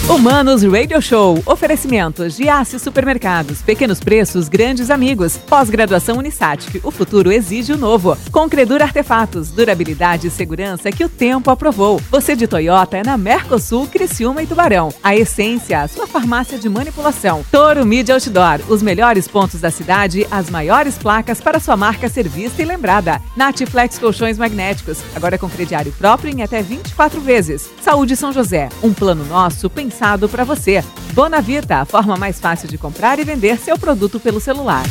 Humanos Radio Show. Oferecimentos de Giasse Supermercados. Pequenos preços, grandes amigos. Pós-graduação Unisatic. O futuro exige o novo. Concredur Artefatos. Durabilidade e segurança que o tempo aprovou. Você de Toyota é na Mercosul, Criciúma e Tubarão. A Essência, a sua farmácia de manipulação. Toro Media Outdoor. Os melhores pontos da cidade, as maiores placas para sua marca ser vista e lembrada. Natiflex Colchões Magnéticos. Agora com crediário próprio em até 24 vezes. Saúde São José. Um plano nosso pensado para você. Bonavita, a forma mais fácil de comprar e vender seu produto pelo celular.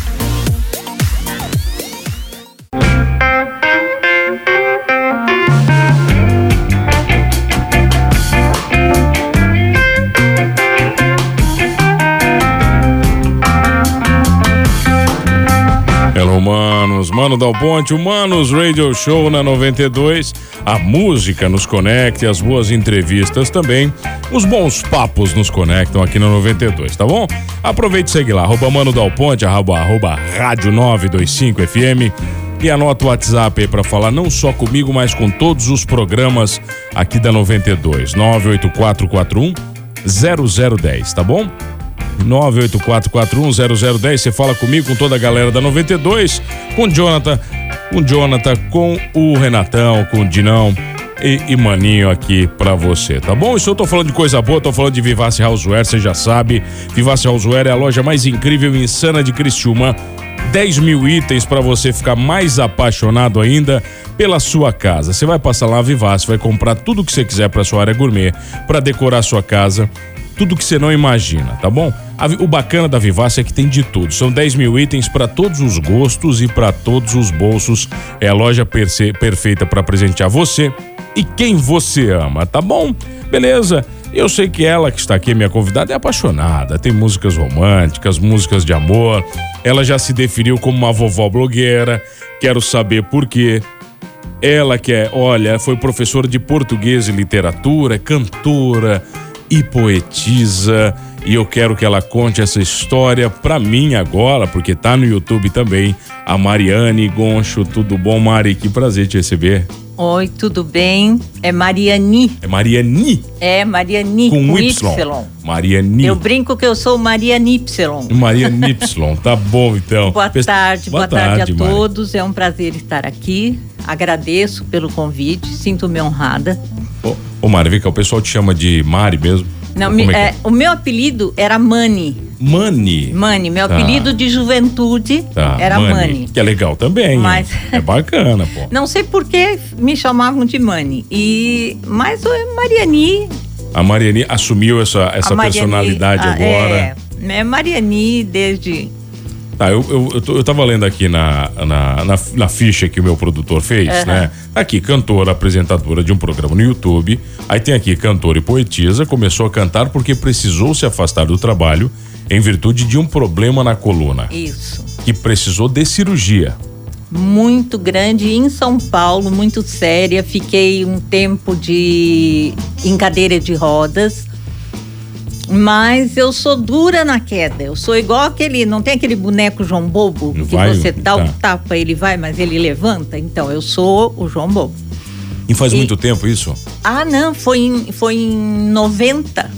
Hello, humanos, Mano Dal Ponte, Humanos Radio Show na 92. A música nos conecta e as boas entrevistas também. Os bons papos nos conectam aqui na 92, tá bom? Aproveite e segue lá, @Mano Dal Ponte, arroba Rádio 925 FM. E anota o WhatsApp aí pra falar não só comigo, mas com todos os programas aqui da 92. 98441 0010, tá bom? 984410010, você fala comigo, com toda a galera da 92, com o Jonathan, com o Renatão, com o Dinão e Maninho aqui pra você, tá bom? E se eu tô falando de coisa boa, tô falando de Vivace Houseware, você já sabe, Vivace Houseware é a loja mais incrível e insana de Criciúma. 10 mil itens para você ficar mais apaixonado ainda pela sua casa. Você vai passar lá a Vivace, vai comprar tudo que você quiser para sua área gourmet, para decorar sua casa, tudo que você não imagina, tá bom? O bacana da Vivace é que tem de tudo. São 10 mil itens para todos os gostos e para todos os bolsos. É a loja perfeita para presentear você e quem você ama, tá bom? Beleza? Eu sei que ela que está aqui, minha convidada, é apaixonada. Tem músicas românticas, músicas de amor. Ela já se definiu como uma vovó blogueira. Quero saber por quê. Ela que foi professora de português e literatura, é cantora e poetisa, e eu quero que ela conte essa história pra mim agora, porque tá no YouTube também, a Mariane Goncho. Tudo bom, Mari? Que prazer te receber. Oi, tudo bem? É Mariani. É Mariani? É Mariani com Y. Mariani. Eu brinco que eu sou Mariani Y. Mariani Y, tá bom então. Boa tarde a Mari. todos. É um prazer estar aqui. Agradeço pelo convite, sinto-me honrada. Ô Mari, vem cá, o pessoal te chama de Mari mesmo? Não, o meu apelido era Mani. Mani? Mani, meu apelido de juventude era Mani. Que é legal também, mas é bacana, pô. Não sei por que me chamavam de Mani. Mas o Mariani. A Mariani assumiu essa personalidade agora. É Mariani desde... Tá, eu tava lendo aqui na ficha que o meu produtor fez, né? Aqui, cantora, apresentadora de um programa no YouTube. Aí tem aqui, cantora e poetisa. Começou a cantar porque precisou se afastar do trabalho em virtude de um problema na coluna. Isso. Que precisou de cirurgia. Muito grande em São Paulo, muito séria. Fiquei um tempo em cadeira de rodas. Mas eu sou dura na queda. Eu sou igual não tem aquele boneco João Bobo que você dá um tapa, ele vai, mas ele levanta? Então, eu sou o João Bobo. E faz muito tempo isso? Não, foi em 90.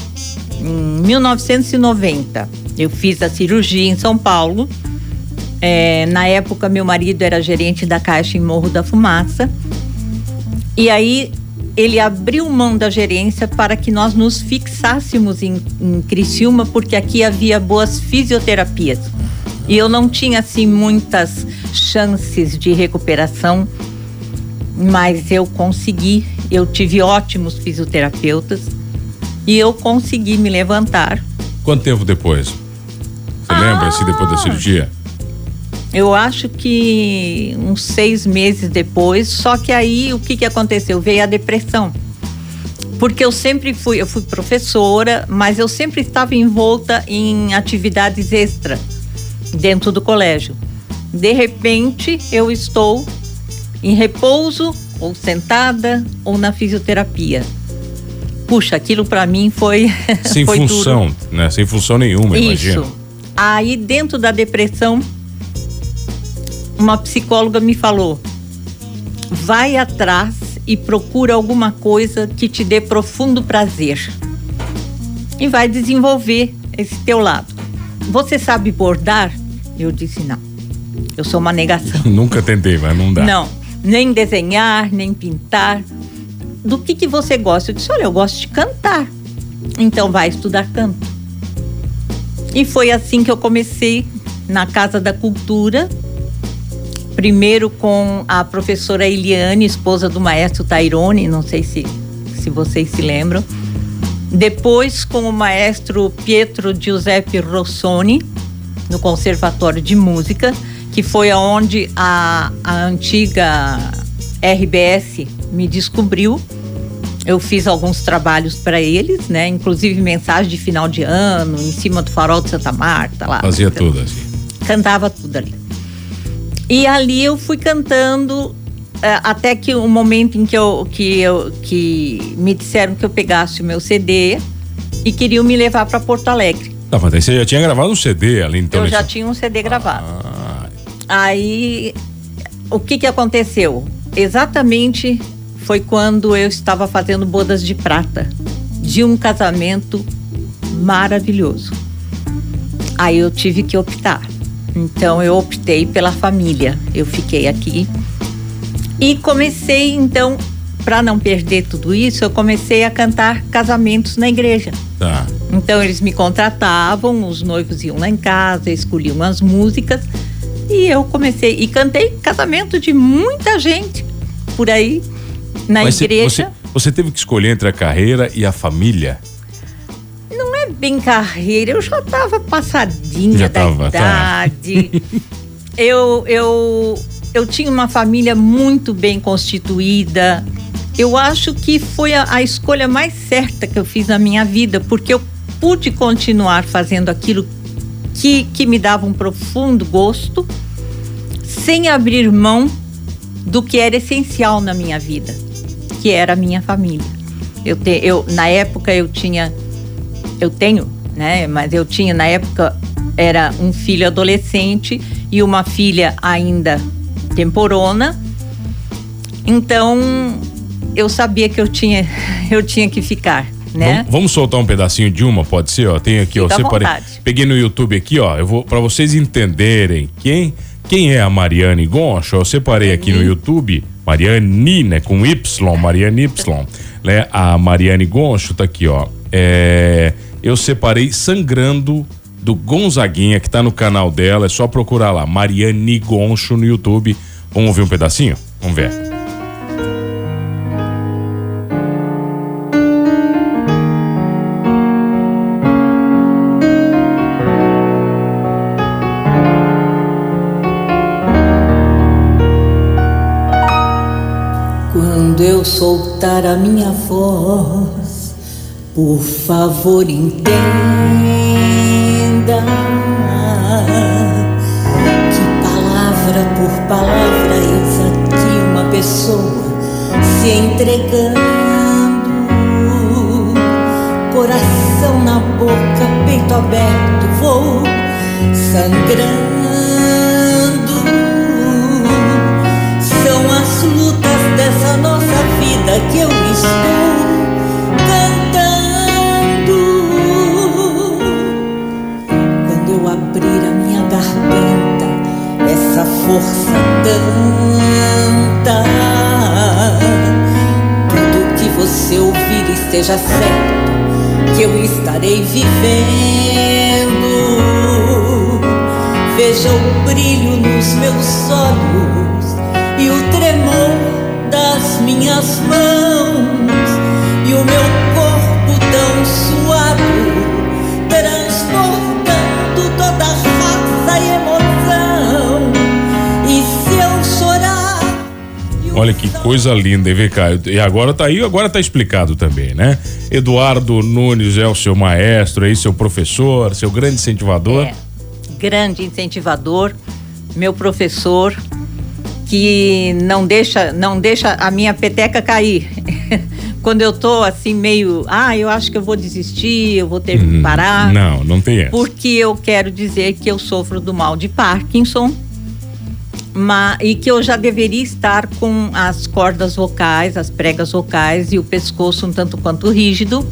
Em 1990. Eu fiz a cirurgia em São Paulo. Na época, meu marido era gerente da Caixa em Morro da Fumaça. E aí... ele abriu mão da gerência para que nós nos fixássemos em Criciúma, porque aqui havia boas fisioterapias. E eu não tinha, assim, muitas chances de recuperação, mas eu consegui. Eu tive ótimos fisioterapeutas e eu consegui me levantar. Quanto tempo depois? Você lembra, assim, depois da cirurgia? Eu acho que uns 6 meses depois, só que aí o que aconteceu? Veio a depressão. Porque eu fui professora, mas eu sempre estava envolta em atividades extra dentro do colégio. De repente, eu estou em repouso, ou sentada, ou na fisioterapia. Puxa, aquilo para mim foi sem foi função, duro. Né? Sem função nenhuma, imagina. Isso. Aí, dentro da depressão, uma psicóloga me falou: vai atrás e procura alguma coisa que te dê profundo prazer. e vai desenvolver esse teu lado. Você sabe bordar? Eu disse, não. Eu sou uma negação. Nunca tentei, mas não dá. Não, nem desenhar, nem pintar. Do que você gosta? Eu disse, olha, eu gosto de cantar. Então vai estudar canto. E foi assim que eu comecei na Casa da Cultura. Primeiro com a professora Eliane, esposa do maestro Tairone, não sei se vocês se lembram. Depois com o maestro Pietro Giuseppe Rossoni, no Conservatório de Música, que foi aonde a antiga RBS me descobriu. Eu fiz alguns trabalhos para eles, né? Inclusive mensagem de final de ano, em cima do farol de Santa Marta lá. Fazia tudo assim. Cantava tudo ali. E ali eu fui cantando até que o momento em que me disseram que eu pegasse o meu CD e queriam me levar para Porto Alegre. Tá, mas aí você já tinha gravado um CD ali, então? Eu já tinha um CD gravado. Aí, o que aconteceu? Exatamente foi quando eu estava fazendo bodas de prata de um casamento maravilhoso. Aí eu tive que optar. Então eu optei pela família. Eu fiquei aqui e comecei, então, para não perder tudo isso, eu comecei a cantar casamentos na igreja. Tá. Então eles me contratavam, os noivos iam lá em casa, escolhiam as músicas e eu comecei e cantei casamento de muita gente por aí na igreja. Você teve que escolher entre a carreira e a família? Não é bem carreira, eu já estava passadinha idade. Tá. Eu tinha uma família muito bem constituída. Eu acho que foi a escolha mais certa que eu fiz na minha vida, porque eu pude continuar fazendo aquilo que me dava um profundo gosto, sem abrir mão do que era essencial na minha vida, que era a minha família. Na época eu tenho, né? Mas eu tinha, na época, era um filho adolescente e uma filha ainda temporona. Então, eu sabia que eu tinha que ficar, né? Vamos soltar um pedacinho de uma, pode ser? Ó, tem aqui, ó, separei. Peguei no YouTube aqui, ó. Eu vou, para vocês entenderem quem é a Mariane Goncho, eu separei aqui no YouTube. Mariane, né? Com Y, Mariane Y. Né? A Mariane Goncho tá aqui, ó. Eu separei Sangrando do Gonzaguinha, que tá no canal dela. É só procurar lá, Mariane Goncho no YouTube. Vamos ouvir um pedacinho? Vamos ver. Quando eu soltar a minha voz, por favor entenda que palavra por palavra eis aqui uma pessoa se entregando, coração na boca, peito aberto, vou sangrando. São as lutas dessa nossa vida que eu estou cantando. Quando eu abrir a minha garganta, essa força tanta, tudo que você ouvir esteja certo que eu estarei vivendo. Veja o brilho nos meus olhos e o tremor das minhas mãos e o meu corpo tão suado, transportando toda a raça e emoção. E se eu chorar... Olha que coisa linda, hein, VK? E agora tá aí, agora tá explicado também, né? Eduardo Nunes é o seu maestro aí, seu professor, seu grande incentivador. Grande incentivador, meu professor, que não deixa a minha peteca cair. Quando eu tô assim meio, eu acho que eu vou desistir, eu vou ter que parar. Não tem essa. Porque eu quero dizer que eu sofro do mal de Parkinson, e que eu já deveria estar com as cordas vocais, as pregas vocais e o pescoço um tanto quanto rígido,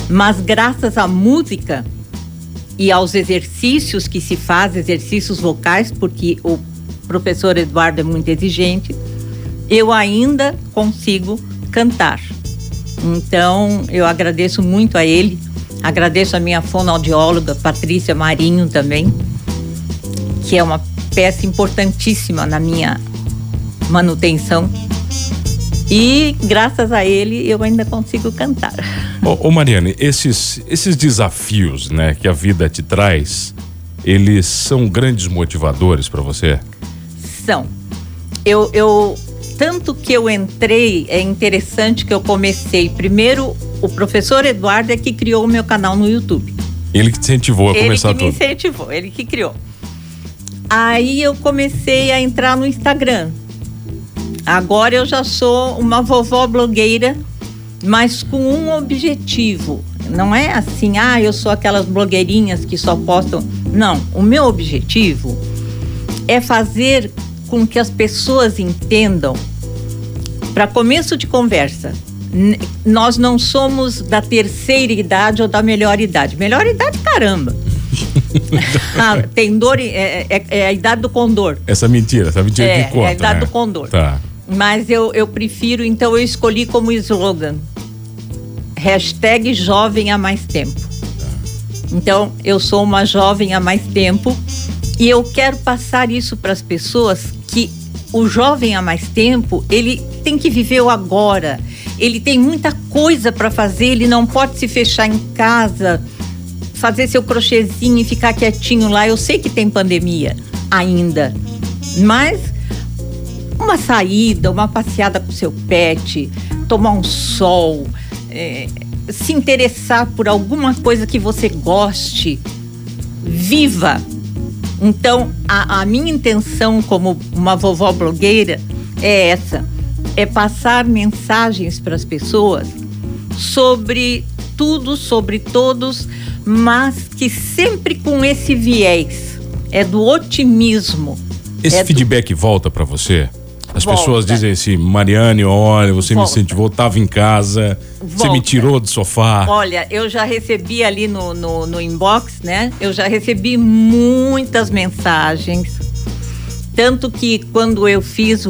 Mas graças à música e aos exercícios que se faz, exercícios vocais, porque o professor Eduardo é muito exigente, eu ainda consigo cantar. Então, eu agradeço muito a ele, agradeço a minha fonoaudióloga, Patrícia Marinho também, que é uma peça importantíssima na minha manutenção. E graças a ele eu ainda consigo cantar. Ô Mariane, esses desafios, né, que a vida te traz, eles são grandes motivadores para você? São. Tanto que eu entrei, é interessante que eu comecei. Primeiro, o professor Eduardo é que criou o meu canal no YouTube. Ele que te incentivou a começar tudo. Ele que me incentivou, ele que criou. Aí eu comecei a entrar no Instagram. Agora eu já sou uma vovó blogueira, mas com um objetivo. Não é assim, eu sou aquelas blogueirinhas que só postam. Não, o meu objetivo é fazer com que as pessoas entendam, para começo de conversa, nós não somos da terceira idade ou da melhor idade. Melhor idade, caramba. Tem dor, é a idade do condor. Essa mentira que conta. É a idade do condor. Tá. Mas eu prefiro, então eu escolhi como slogan #jovem há mais tempo. Então eu sou uma jovem há mais tempo e eu quero passar isso para as pessoas, que o jovem há mais tempo, ele tem que viver o agora, ele tem muita coisa para fazer, ele não pode se fechar em casa, fazer seu crochêzinho e ficar quietinho lá. Eu sei que tem pandemia ainda, mas uma saída, uma passeada com seu pet, tomar um sol, se interessar por alguma coisa que você goste, viva. Então, a minha intenção como uma vovó blogueira é essa, é passar mensagens para as pessoas sobre tudo, sobre todos, mas que sempre com esse viés, é do otimismo. Esse feedback volta para você? As Volta. Pessoas dizem assim, Mariane, olha, você me incentivou, estava em casa, você me tirou do sofá. Olha, eu já recebi ali no inbox, né? Eu já recebi muitas mensagens. Tanto que quando eu fiz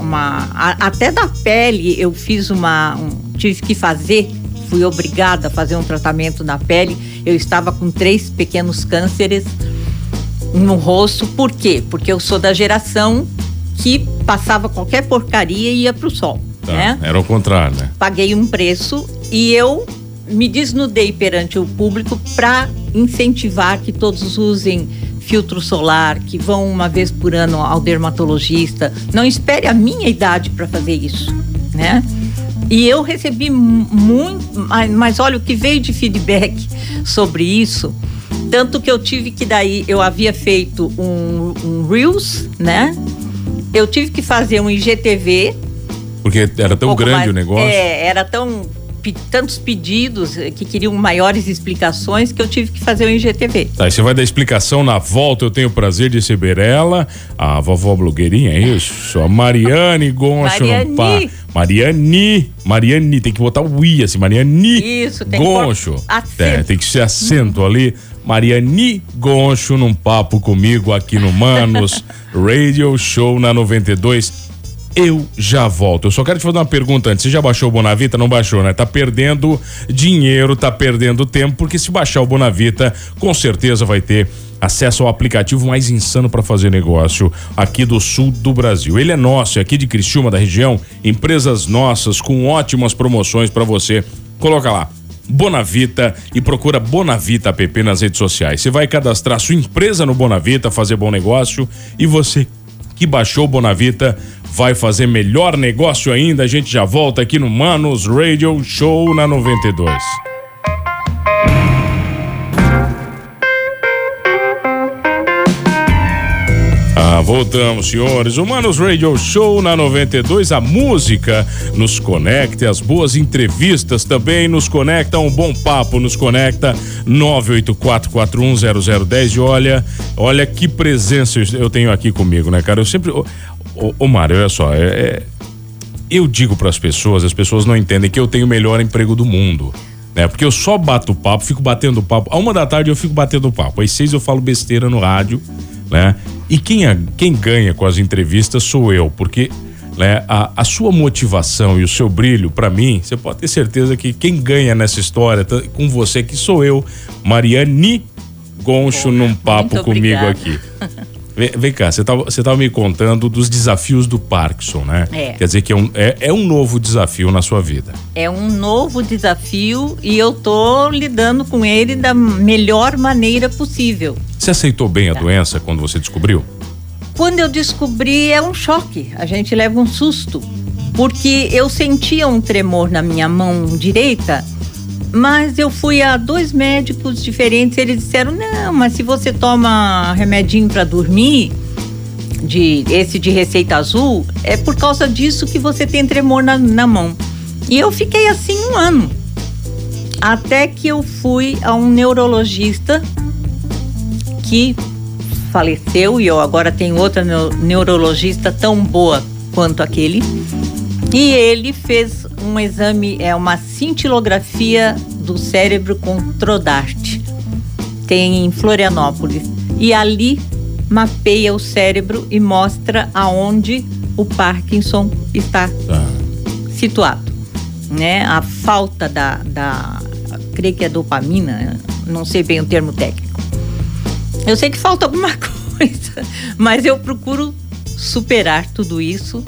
até da pele, eu fiz tive que fazer, fui obrigada a fazer um tratamento na pele. Eu estava com 3 pequenos cânceres no rosto. Por quê? Porque eu sou da geração que passava qualquer porcaria e ia pro sol, né? Era o contrário, né? Paguei um preço e eu me desnudei perante o público para incentivar que todos usem filtro solar, que vão uma vez por ano ao dermatologista. Não espere a minha idade para fazer isso, né? E eu recebi muito, mas olha o que veio de feedback sobre isso. Tanto que eu tive que eu havia feito um Reels, né? Eu tive que fazer um IGTV. Porque era tão grande o negócio. Era tantos pedidos que queriam maiores explicações que eu tive que fazer um IGTV. Tá, e você vai dar explicação na volta. Eu tenho o prazer de receber ela, a vovó blogueirinha, é isso? A Mariane Goncho. Mariane, tem que botar o I assim, Mariane. Isso, tem Goncho. Que tem que ser acento ali. Mariane Goncho num papo comigo aqui no Manos Radio Show na 92. Eu já volto. Eu só quero te fazer uma pergunta antes. Você já baixou o Bonavita? Não baixou, né? Tá perdendo dinheiro, tá perdendo tempo, porque se baixar o Bonavita, com certeza vai ter acesso ao aplicativo mais insano para fazer negócio aqui do sul do Brasil. Ele é nosso, é aqui de Criciúma, da região. Empresas nossas com ótimas promoções para você. Coloca lá Bonavita e procura Bonavita app nas redes sociais. Você vai cadastrar sua empresa no Bonavita, fazer bom negócio, e você que baixou o Bonavita vai fazer melhor negócio ainda. A gente já volta aqui no Manos Radio Show na 92. Voltamos, senhores. O Manos Radio Show na 92. A música nos conecta, as boas entrevistas também nos conectam. Um bom papo nos conecta. 984410010. E olha que presença eu tenho aqui comigo, né, cara? Eu sempre. Ô Mário, olha só. Eu digo para as pessoas não entendem que eu tenho o melhor emprego do mundo. né? Porque eu só bato papo, fico batendo papo. À 1h eu fico batendo papo. Às 6 eu falo besteira no rádio, né? E quem ganha com as entrevistas sou eu, porque, né, a sua motivação e o seu brilho, pra mim, você pode ter certeza que quem ganha nessa história com você que sou eu, Mariane Goncho, num papo comigo aqui. Vem cá, você tava me contando dos desafios do Parkinson, né? Quer dizer que é um novo desafio na sua vida. É um novo desafio e eu tô lidando com ele da melhor maneira possível. Você aceitou bem a doença quando você descobriu? Quando eu descobri, é um choque. A gente leva um susto. Porque eu sentia um tremor na minha mão direita, mas eu fui a 2 médicos diferentes, eles disseram, não, mas se você toma remedinho para dormir, esse de receita azul, é por causa disso que você tem tremor na mão. E eu fiquei assim 1 ano, até que eu fui a um neurologista que faleceu, e eu agora tenho outra neurologista tão boa quanto aquele, e ele fez um exame, uma cintilografia do cérebro com Trodart. Tem em Florianópolis. E ali mapeia o cérebro e mostra aonde o Parkinson está situado, né? A falta creio que é dopamina, não sei bem o termo técnico. Eu sei que falta alguma coisa, mas eu procuro superar tudo isso.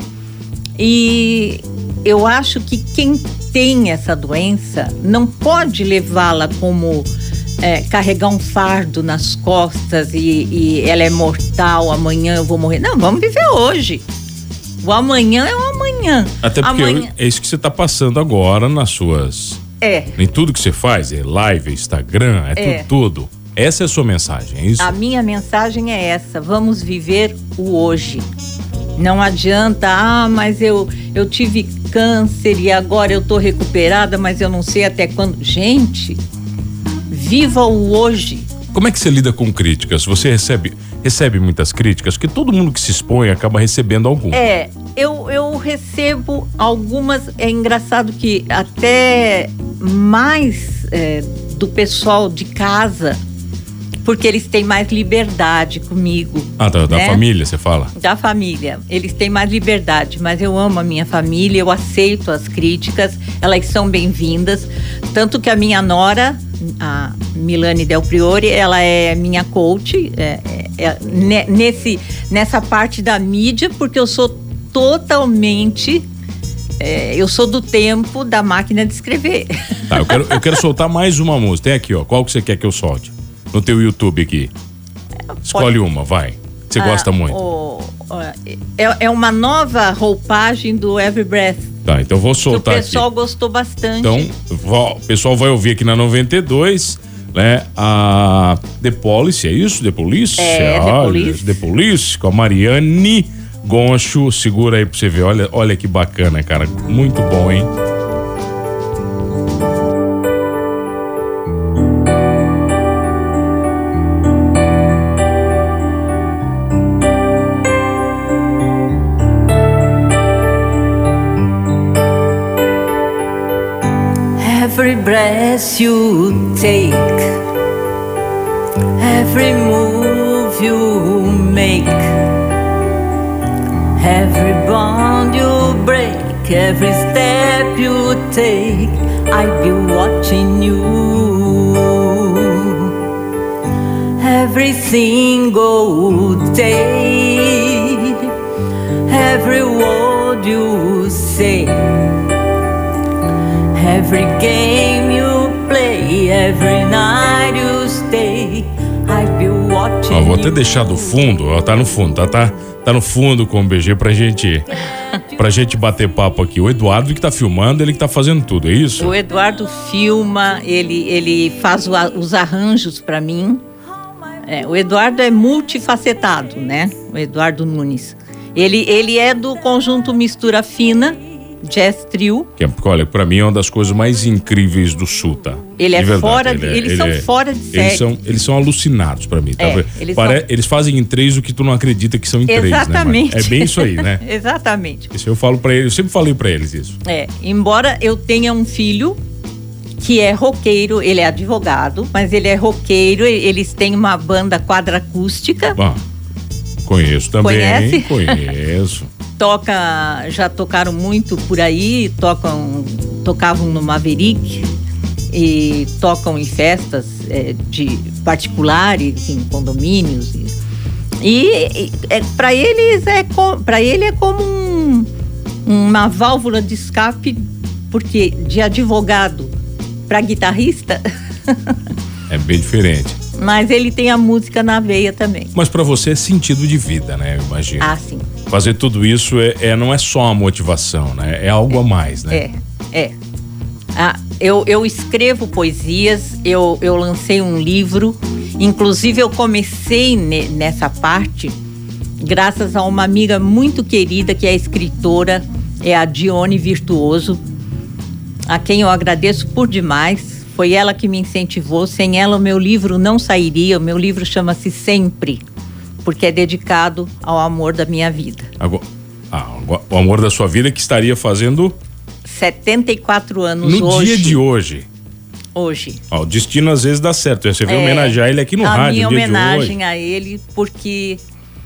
E eu acho que quem tem essa doença não pode levá-la como carregar um fardo nas costas e ela é mortal, amanhã eu vou morrer. Não, vamos viver hoje. O amanhã é o amanhã. Até porque é isso que você está passando agora nas suas... Em tudo que você faz, é live, é Instagram, tudo. Essa é a sua mensagem, é isso? A minha mensagem é essa, vamos viver o hoje. Não adianta, mas eu tive câncer e agora eu tô recuperada, mas eu não sei até quando. Gente, viva o hoje. Como é que você lida com críticas? Você recebe muitas críticas? Porque todo mundo que se expõe acaba recebendo algumas. Eu recebo algumas. É engraçado que até mais do pessoal de casa, porque eles têm mais liberdade comigo. Da família, você fala? Da família. Eles têm mais liberdade, mas eu amo a minha família, eu aceito as críticas, elas são bem-vindas. Tanto que a minha nora, a Milane Del Priore, ela é minha coach nessa parte da mídia, porque eu sou totalmente... eu sou do tempo da máquina de escrever. Tá, eu quero soltar mais uma música. Tem aqui, ó. Qual que você quer que eu solte? No teu YouTube aqui. Escolhe uma, vai. Você gosta muito. É uma nova roupagem do Every Breath. Tá, então vou soltar aqui. O pessoal gostou bastante. Então, o pessoal vai ouvir aqui na 92, né? A The Police, é isso? The Police? The Police, com a Mariane Goncho. Segura aí pra você ver. Olha que bacana, cara. Muito bom, hein? Every breath you take, every move you make, every bond you break, every step you take, I'll be watching you. Every single day, every word you say, every game you play, every night you stay, I'll be watching. Vou até deixar do fundo, tá no fundo, tá no fundo com o BG pra gente bater papo aqui. O Eduardo que tá filmando, ele que tá fazendo tudo, é isso? O Eduardo filma, ele faz os arranjos pra mim. O Eduardo é multifacetado, né? O Eduardo Nunes. Ele é do conjunto Mistura Fina, Jazz Trio. Olha, pra mim é uma das coisas mais incríveis do Sul, tá? Ele é fora, eles são fora de série. Eles são alucinados pra mim, tá? Eles fazem em 3 o que tu não acredita que são em 3, né? Exatamente. É bem isso aí, né? Exatamente. Isso eu falo pra eles, eu sempre falei pra eles isso. Embora eu tenha um filho que é roqueiro, ele é advogado, mas ele é roqueiro, eles têm uma banda quadra-acústica. Conheço também. Conhece? Conheço. Já tocaram muito por aí, tocavam no Maverick e tocam em festas de particulares, em condomínios. E para ele é como uma válvula de escape, porque de advogado para guitarrista é bem diferente. Mas ele tem a música na veia também. Mas para você é sentido de vida, né? Eu imagino. Sim. Fazer tudo isso não é só uma motivação, né? É algo a mais, né? Eu escrevo poesias, eu lancei um livro, inclusive eu comecei nessa parte graças a uma amiga muito querida que é escritora, é a Dione Virtuoso, a quem eu agradeço por demais. Foi ela que me incentivou. Sem ela o meu livro não sairia. O meu livro chama-se Sempre, porque é dedicado ao amor da minha vida. O amor da sua vida, que estaria fazendo 74 anos no hoje. dia de hoje. Hoje. O destino às vezes dá certo. Você veio homenagear ele aqui no rádio. A minha no dia homenagem de hoje. a ele, porque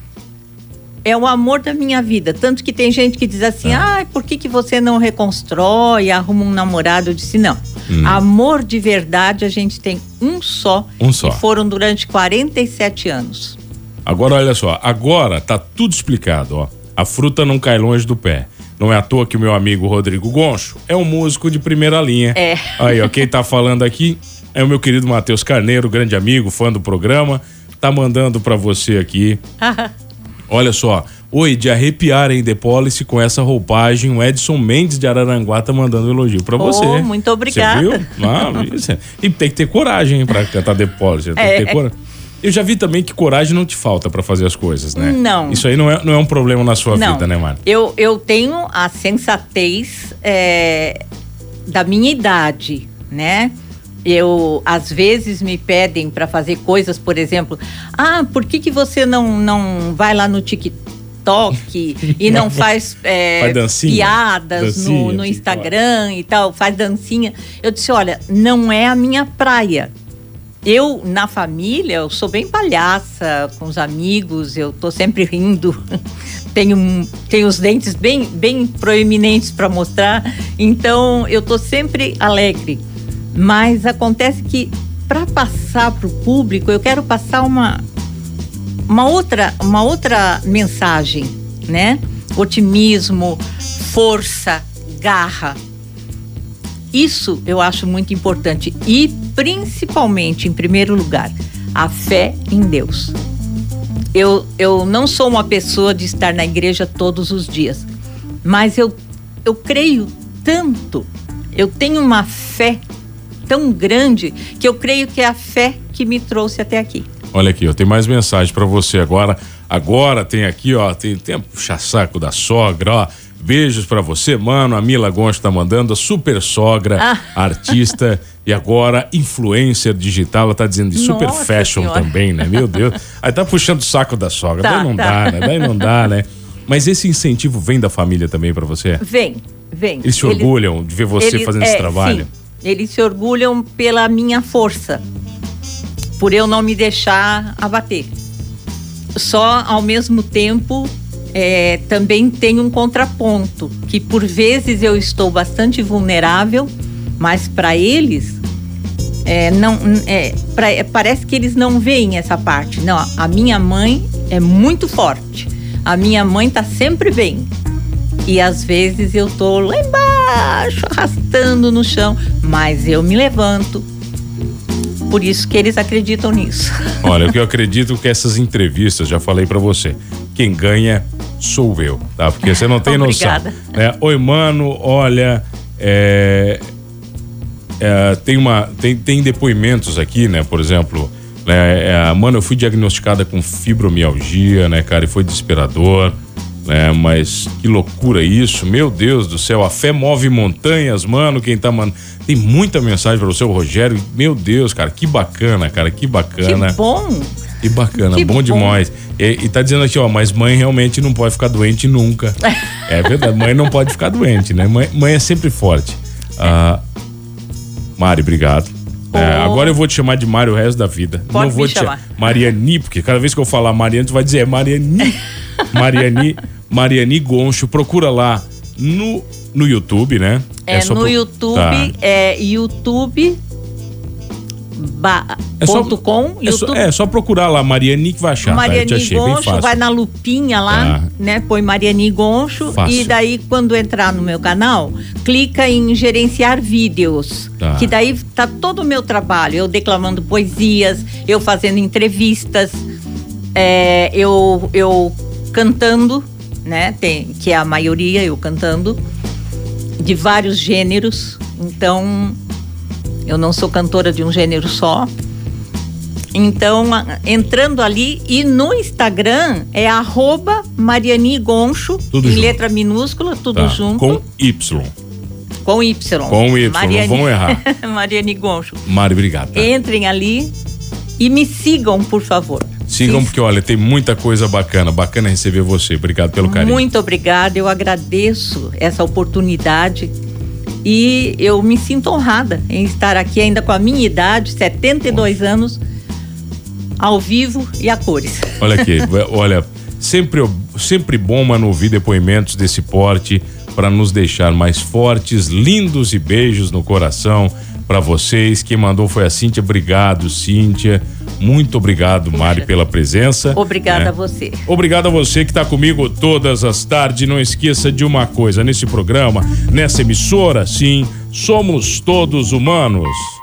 é o amor da minha vida. Tanto que tem gente que diz assim, por que você não reconstrói, arruma um namorado? Eu disse, não. Amor de verdade a gente tem um só. E foram durante 47 anos. Agora, olha só. Agora tá tudo explicado, ó. A fruta não cai longe do pé. Não é à toa que o meu amigo Rodrigo Goncho é um músico de primeira linha. Aí, ó, quem tá falando aqui é o meu querido Matheus Carneiro, grande amigo, fã do programa. Tá mandando pra você aqui. Olha só. Oi, de arrepiar em The Policy com essa roupagem. O Edson Mendes de Araranguá tá mandando um elogio pra você. Muito obrigada. Você viu? Isso. E tem que ter coragem pra cantar The Policy. Tem que ter coragem. Eu já vi também que coragem não te falta pra fazer as coisas, né? Não. Isso aí não é um problema na sua vida, né, Mari? Eu tenho a sensatez da minha idade, né? Às vezes me pedem para fazer coisas, por exemplo, por que você não vai lá no TikTok e não faz piadas no Instagram e tal, faz dancinha? Eu disse, olha, não é a minha praia. Eu, na família, eu sou bem palhaça, com os amigos, eu tô sempre rindo. Tenho os dentes bem proeminentes para mostrar, então eu tô sempre alegre. Mas acontece que, para passar para o público, eu quero passar uma outra mensagem, né? Otimismo, força, garra. Isso eu acho muito importante. E, principalmente, em primeiro lugar, a fé em Deus. Eu não sou uma pessoa de estar na igreja todos os dias, mas eu creio tanto, eu tenho uma fé tão grande que eu creio que é a fé que me trouxe até aqui. Olha aqui, ó, tem mais mensagem pra você agora. Agora tem aqui, ó, tem puxa-saco da sogra, ó. Beijos pra você, mano. A Mila Goncho tá mandando, a super sogra, artista e agora influencer digital. Ela tá dizendo de super fashion senhora. Também, né? Meu Deus. Aí tá puxando o saco da sogra. Daí não dá, né? Daí não dá, né? Mas esse incentivo vem da família também pra você? Vem. Eles se orgulham de ver você fazendo esse trabalho? Sim. Eles se orgulham pela minha força, por eu não me deixar abater. Só ao mesmo tempo também tem um contraponto, que por vezes eu estou bastante vulnerável, mas para eles parece que eles não veem essa parte. Não, a minha mãe é muito forte, a minha mãe tá sempre bem, e às vezes eu tô lá embaixo arrastando no chão, mas eu me levanto. Por isso que eles acreditam nisso. Olha, o que eu acredito que essas entrevistas, já falei pra você, quem ganha sou eu, tá? Porque você não tem noção. Né? Oi, mano, olha, tem depoimentos aqui, né? Por exemplo, né? Mano, eu fui diagnosticada com fibromialgia, né, cara? E foi desesperador, né? Mas que loucura isso, meu Deus do céu, a fé move montanhas, mano, quem tá, mano... Tem muita mensagem para você, o Rogério. Meu Deus, cara, que bacana, cara, que bacana. Que bom. Que bacana, bom demais. E tá dizendo aqui, ó, mas mãe realmente não pode ficar doente nunca. É verdade, mãe não pode ficar doente, né? Mãe é sempre forte. Mari, obrigado. Agora eu vou te chamar de Mari o resto da vida. Pode não vou me chamar. Mariani, porque cada vez que eu falar Mariani, tu vai dizer Mariani. Mariani Goncho. Procura lá no YouTube, né? No YouTube, tá. youtube.com. É só procurar lá, Mariani, que vai achar. Mariani tá? Eu te achei Goncho, bem fácil. vai na lupinha lá, né? Põe Mariani Goncho. Fácil. E daí, quando entrar no meu canal, clica em gerenciar vídeos. Tá. Que daí tá todo o meu trabalho. Eu declamando poesias, eu fazendo entrevistas, eu cantando, né? Que é a maioria, eu cantando, de vários gêneros. Então, eu não sou cantora de um gênero só. Então, entrando ali, e no Instagram é @Mariani Goncho, tudo em junto. letra minúscula, tudo junto. Com Y. Com Y. Com Y, não vão errar. Mariani Goncho. Mari, obrigado. Tá? Entrem ali e me sigam, por favor. Sigam, porque olha, tem muita coisa bacana receber você. Obrigado pelo carinho. Muito obrigada, eu agradeço essa oportunidade. E eu me sinto honrada em estar aqui ainda com a minha idade, 72 anos, ao vivo e a cores. Olha aqui, olha, sempre bom, mano, ouvir depoimentos desse porte para nos deixar mais fortes, lindos, e beijos no coração para vocês. Quem mandou foi a Cíntia. Obrigado, Cíntia. Muito obrigado, Mari, pela presença. Obrigada a você. Obrigado a você que está comigo todas as tardes. Não esqueça de uma coisa, nesse programa, nessa emissora, sim, somos todos humanos.